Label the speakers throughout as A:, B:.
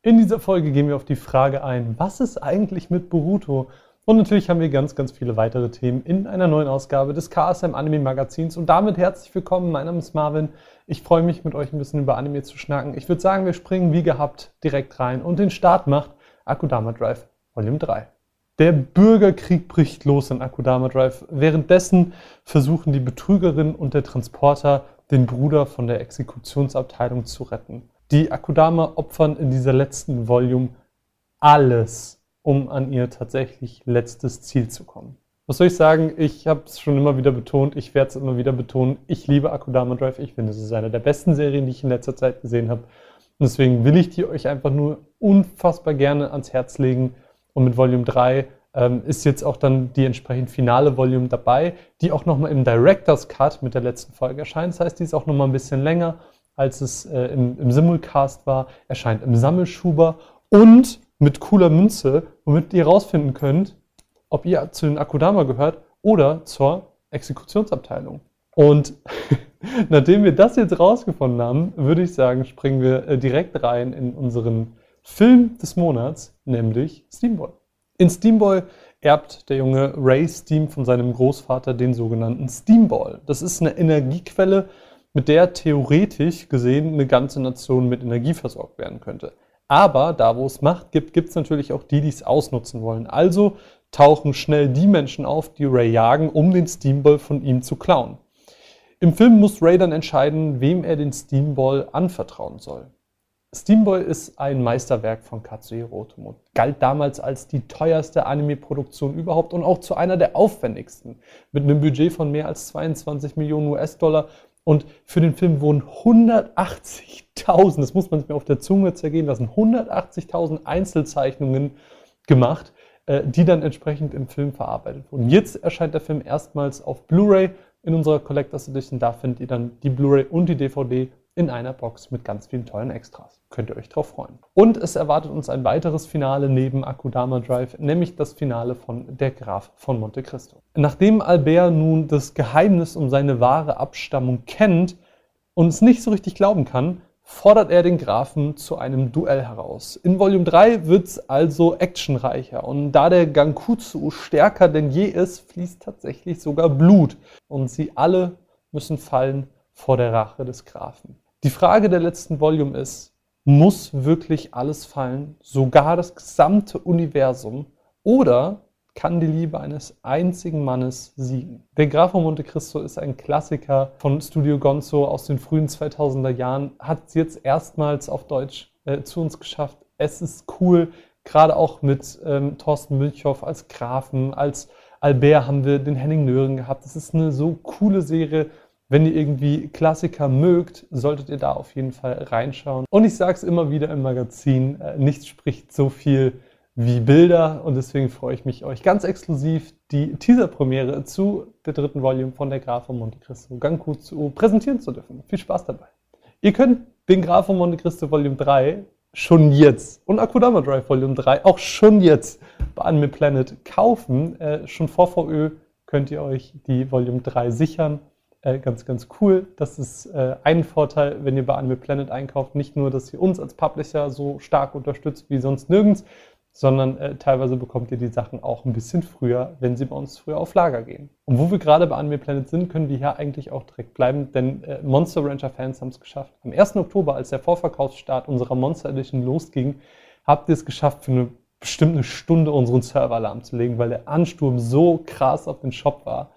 A: In dieser Folge gehen wir auf die Frage ein, was ist eigentlich mit Boruto? Und natürlich haben wir ganz viele weitere Themen in einer neuen Ausgabe des KSM Anime Magazins. Und damit herzlich willkommen, mein Name ist Marvin. Ich freue mich, mit euch ein bisschen über Anime zu schnacken. Ich würde sagen, wir springen wie gehabt direkt rein und den Start macht Akudama Drive Volume 3. Der Bürgerkrieg bricht los in Akudama Drive. Währenddessen versuchen die Betrügerin und der Transporter, den Bruder von der Exekutionsabteilung zu retten. Die Akudama opfern in dieser letzten Volume alles, um an ihr tatsächlich letztes Ziel zu kommen. Was soll ich sagen? Ich habe es schon immer wieder betont, ich werde es immer wieder betonen. Ich liebe Akudama Drive. Ich finde, es ist eine der besten Serien, die ich in letzter Zeit gesehen habe. Und deswegen will ich die euch einfach nur unfassbar gerne ans Herz legen. Und mit Volume 3 ist jetzt auch dann die entsprechend finale Volume dabei, die auch nochmal im Director's Cut mit der letzten Folge erscheint. Das heißt, die ist auch nochmal ein bisschen länger, als es im Simulcast war, erscheint im Sammelschuber und mit cooler Münze, womit ihr herausfinden könnt, ob ihr zu den Akudama gehört oder zur Exekutionsabteilung. Und nachdem wir das jetzt rausgefunden haben, würde ich sagen, springen wir direkt rein in unseren Film des Monats, nämlich Steamboy. In Steamboy erbt der junge Ray Steam von seinem Großvater den sogenannten Steamball. Das ist eine Energiequelle, mit der theoretisch gesehen eine ganze Nation mit Energie versorgt werden könnte. Aber da, wo es Macht gibt, gibt es natürlich auch die, die es ausnutzen wollen. Also tauchen schnell die Menschen auf, die Ray jagen, um den Steamball von ihm zu klauen. Im Film muss Ray dann entscheiden, wem er den Steamball anvertrauen soll. Steamboy ist ein Meisterwerk von Katsuhiro Otomo. Galt damals als die teuerste Anime-Produktion überhaupt und auch zu einer der aufwendigsten. Mit einem Budget von mehr als 22 Millionen US-Dollar. Und für den Film wurden 180.000, das muss man sich mir auf der Zunge zergehen lassen, 180.000 Einzelzeichnungen gemacht, die dann entsprechend im Film verarbeitet wurden. Jetzt erscheint der Film erstmals auf Blu-ray in unserer Collectors Edition. Da findet ihr dann die Blu-ray und die DVD in einer Box mit ganz vielen tollen Extras. Könnt ihr euch drauf freuen. Und es erwartet uns ein weiteres Finale neben Akudama Drive, nämlich das Finale von Der Graf von Monte Cristo. Nachdem Albert nun das Geheimnis um seine wahre Abstammung kennt und es nicht so richtig glauben kann, fordert er den Grafen zu einem Duell heraus. In Volume 3 wird es also actionreicher und da der Gankutsu stärker denn je ist, fließt tatsächlich sogar Blut und sie alle müssen fallen vor der Rache des Grafen. Die Frage der letzten Volume ist, muss wirklich alles fallen, sogar das gesamte Universum, oder kann die Liebe eines einzigen Mannes siegen? Der Graf von Monte Cristo ist ein Klassiker von Studio Gonzo aus den frühen 2000er Jahren, hat es jetzt erstmals auf Deutsch zu uns geschafft. Es ist cool, gerade auch mit Thorsten Milchhoff als Grafen, als Albert haben wir den Henning Nöring gehabt. Es ist eine so coole Serie. Wenn ihr irgendwie Klassiker mögt, solltet ihr da auf jeden Fall reinschauen. Und ich sage es immer wieder im Magazin, nichts spricht so viel wie Bilder. Und deswegen freue ich mich, euch ganz exklusiv die Teaser-Premiere zu der dritten Volume von Der Graf von Monte Cristo Gankutsu präsentieren zu dürfen. Viel Spaß dabei. Ihr könnt den Graf von Monte Cristo Volume 3 schon jetzt und Akudama Drive Volume 3 auch schon jetzt bei Anime Planet kaufen. Schon vor VÖ könnt ihr euch die Volume 3 sichern. Ganz cool. Das ist ein Vorteil, wenn ihr bei Anime Planet einkauft. Nicht nur, dass ihr uns als Publisher so stark unterstützt wie sonst nirgends, sondern teilweise bekommt ihr die Sachen auch ein bisschen früher, wenn sie bei uns früher auf Lager gehen. Und wo wir gerade bei Anime Planet sind, können wir hier eigentlich auch direkt bleiben, denn Monster Rancher Fans haben es geschafft. Am 1. Oktober, als der Vorverkaufsstart unserer Monster Edition losging, habt ihr es geschafft, für bestimmt eine Stunde unseren Server lahmzulegen, weil der Ansturm so krass auf den Shop war.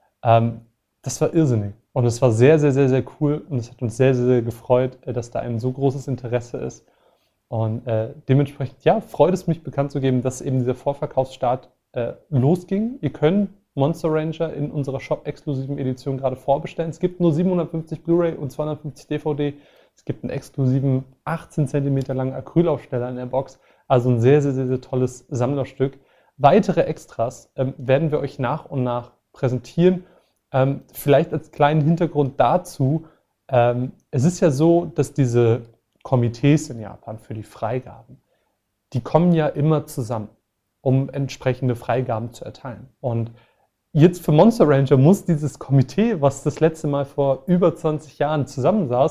A: Das war irrsinnig und es war sehr cool und es hat uns sehr gefreut, dass da ein so großes Interesse ist. Und dementsprechend, ja, freut es mich bekannt zu geben, dass eben dieser Vorverkaufsstart losging. Ihr könnt Monster Rancher in unserer Shop-exklusiven Edition gerade vorbestellen. Es gibt nur 750 Blu-ray und 250 DVD. Es gibt einen exklusiven 18 cm langen Acrylaufsteller in der Box. Also ein sehr tolles Sammlerstück. Weitere Extras werden wir euch nach und nach präsentieren. Vielleicht als kleinen Hintergrund dazu, es ist ja so, dass diese Komitees in Japan für die Freigaben, die kommen ja immer zusammen, um entsprechende Freigaben zu erteilen. Und jetzt für Monster Rancher muss dieses Komitee, was das letzte Mal vor über 20 Jahren zusammensaß,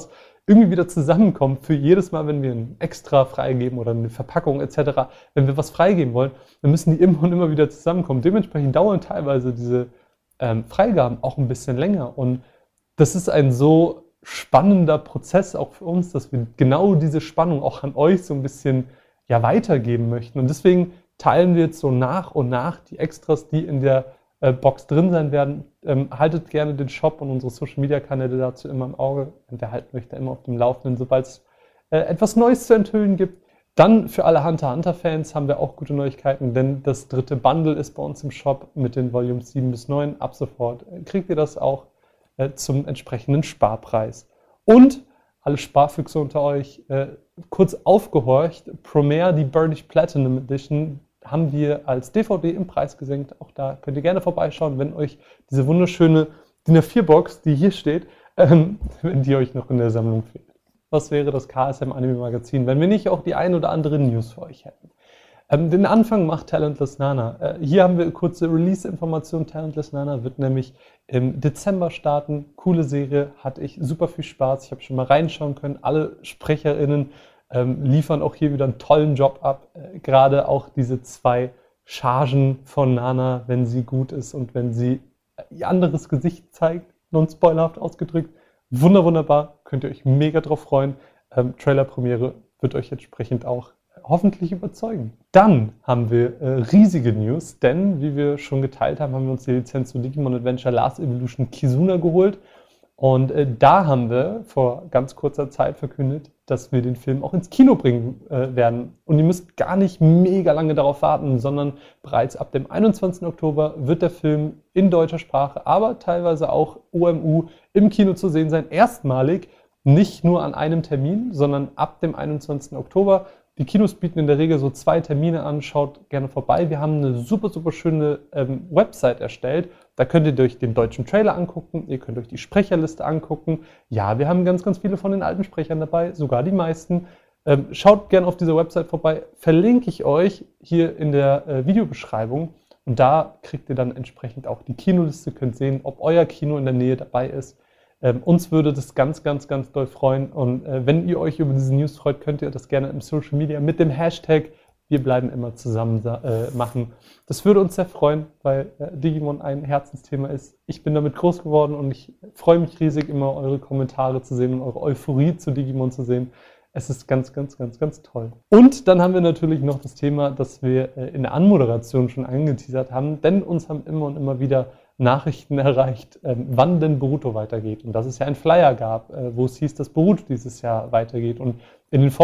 A: irgendwie wieder zusammenkommt für jedes Mal, wenn wir ein Extra freigeben oder eine Verpackung etc., wenn wir was freigeben wollen, dann müssen die immer und immer wieder zusammenkommen. Dementsprechend dauern teilweise diese Freigaben auch ein bisschen länger und das ist ein so spannender Prozess auch für uns, dass wir genau diese Spannung auch an euch so ein bisschen weitergeben möchten. Und deswegen teilen wir jetzt so nach und nach die Extras, die in der Box drin sein werden. Haltet gerne den Shop und unsere Social-Media-Kanäle dazu immer im Auge. Und wir halten euch da immer auf dem Laufenden, sobald es etwas Neues zu enthüllen gibt. Dann für alle Hunter x Hunter-Fans haben wir auch gute Neuigkeiten, denn das 3. Bundle ist bei uns im Shop mit den Volumes 7 bis 9. Ab sofort kriegt ihr das auch zum entsprechenden Sparpreis. Und alle Sparfüchse unter euch, kurz aufgehorcht, Promare, die Burnished Platinum Edition, haben wir als DVD im Preis gesenkt. Auch da könnt ihr gerne vorbeischauen, wenn euch diese wunderschöne DIN A4-Box, die hier steht, wenn die euch noch in der Sammlung fehlt. Was wäre das KSM Anime Magazin, wenn wir nicht auch die ein oder andere News für euch hätten? Den Anfang macht Talentless Nana. Hier haben wir kurze Release-Informationen. Talentless Nana wird nämlich im Dezember starten. Coole Serie, hatte ich super viel Spaß. Ich habe schon mal reinschauen können. Alle SprecherInnen liefern auch hier wieder einen tollen Job ab. Gerade auch diese 2 Chargen von Nana, wenn sie gut ist und wenn sie ihr anderes Gesicht zeigt, non-spoilerhaft ausgedrückt. Wunderbar, könnt ihr euch mega drauf freuen. Trailer-Premiere wird euch entsprechend auch hoffentlich überzeugen. Dann haben wir riesige News, denn wie wir schon geteilt haben, haben wir uns die Lizenz zu Digimon Adventure Last Evolution Kizuna geholt. Und da haben wir vor ganz kurzer Zeit verkündet, dass wir den Film auch ins Kino bringen werden. Und ihr müsst gar nicht mega lange darauf warten, sondern bereits ab dem 21. Oktober wird der Film in deutscher Sprache, aber teilweise auch OMU im Kino zu sehen sein. Erstmalig, nicht nur an einem Termin, sondern ab dem 21. Oktober. Die Kinos bieten in der Regel so 2 Termine an, schaut gerne vorbei. Wir haben eine super schöne Website erstellt. Da könnt ihr euch den deutschen Trailer angucken, ihr könnt euch die Sprecherliste angucken. Ja, wir haben ganz viele von den alten Sprechern dabei, sogar die meisten. Schaut gerne auf dieser Website vorbei, verlinke ich euch hier in der Videobeschreibung. Und da kriegt ihr dann entsprechend auch die Kinoliste, könnt sehen, ob euer Kino in der Nähe dabei ist. Uns würde das ganz doll freuen und wenn ihr euch über diese News freut, könnt ihr das gerne im Social Media mit dem Hashtag Wir bleiben immer zusammen machen. Das würde uns sehr freuen, weil Digimon ein Herzensthema ist. Ich bin damit groß geworden und ich freue mich riesig, immer eure Kommentare zu sehen und eure Euphorie zu Digimon zu sehen. Es ist ganz toll. Und dann haben wir natürlich noch das Thema, das wir in der Anmoderation schon angeteasert haben, denn uns haben immer und immer wieder Nachrichten erreicht, wann denn Boruto weitergeht. Und dass es ja einen Flyer gab, wo es hieß, dass Boruto dieses Jahr weitergeht. Und in den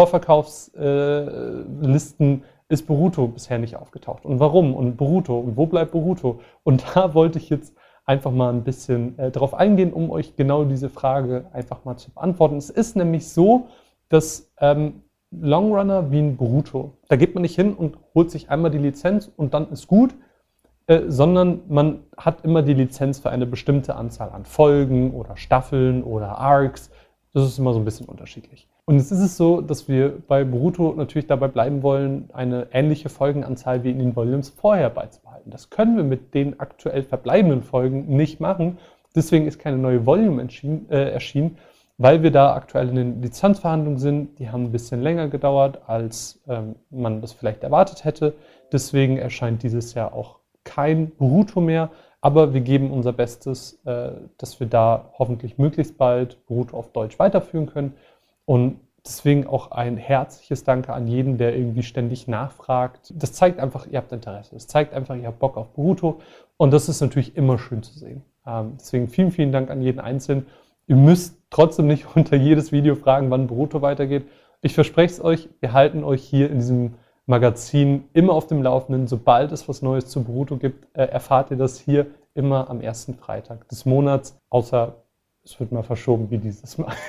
A: Vorverkaufslisten ist Boruto bisher nicht aufgetaucht. Und warum? Und Boruto? Und wo bleibt Boruto? Und da wollte ich jetzt einfach mal ein bisschen drauf eingehen, um euch genau diese Frage einfach mal zu beantworten. Es ist nämlich so, dass Longrunner wie ein Boruto, da geht man nicht hin und holt sich einmal die Lizenz und dann ist gut, sondern man hat immer die Lizenz für eine bestimmte Anzahl an Folgen oder Staffeln oder Arcs. Das ist immer so ein bisschen unterschiedlich. Und jetzt ist es so, dass wir bei Boruto natürlich dabei bleiben wollen, eine ähnliche Folgenanzahl wie in den Volumes vorher beizubehalten. Das können wir mit den aktuell verbleibenden Folgen nicht machen. Deswegen ist keine neue Volume erschienen, weil wir da aktuell in den Lizenzverhandlungen sind. Die haben ein bisschen länger gedauert, als man das vielleicht erwartet hätte. Deswegen erscheint dieses Jahr auch kein Boruto mehr, aber wir geben unser Bestes, dass wir da hoffentlich möglichst bald Boruto auf Deutsch weiterführen können. Und deswegen auch ein herzliches Danke an jeden, der irgendwie ständig nachfragt. Das zeigt einfach, ihr habt Interesse. Das zeigt einfach, ihr habt Bock auf Boruto. Und das ist natürlich immer schön zu sehen. Deswegen vielen Dank an jeden Einzelnen. Ihr müsst trotzdem nicht unter jedes Video fragen, wann Boruto weitergeht. Ich verspreche es euch, wir halten euch hier in diesem Magazin immer auf dem Laufenden. Sobald es was Neues zu Boruto gibt, erfahrt ihr das hier immer am ersten Freitag des Monats. Außer es wird mal verschoben wie dieses Mal.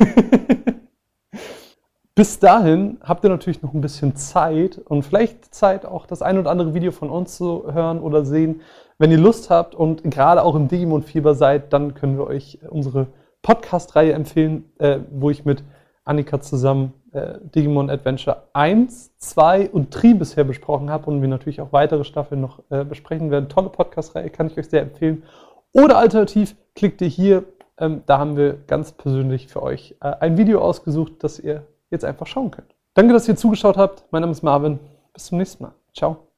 A: Bis dahin habt ihr natürlich noch ein bisschen Zeit und vielleicht Zeit, auch das ein oder andere Video von uns zu hören oder sehen. Wenn ihr Lust habt und gerade auch im Digimon-Fieber seid, dann können wir euch unsere Podcast-Reihe empfehlen, wo ich mit Annika zusammen Digimon Adventure 1, 2 und 3 bisher besprochen habe und wir natürlich auch weitere Staffeln noch besprechen werden. Tolle Podcast-Reihe, kann ich euch sehr empfehlen. Oder alternativ klickt ihr hier Da haben wir ganz persönlich für euch ein Video ausgesucht, das ihr jetzt einfach schauen könnt. Danke, dass ihr zugeschaut habt. Mein Name ist Marvin. Bis zum nächsten Mal. Ciao.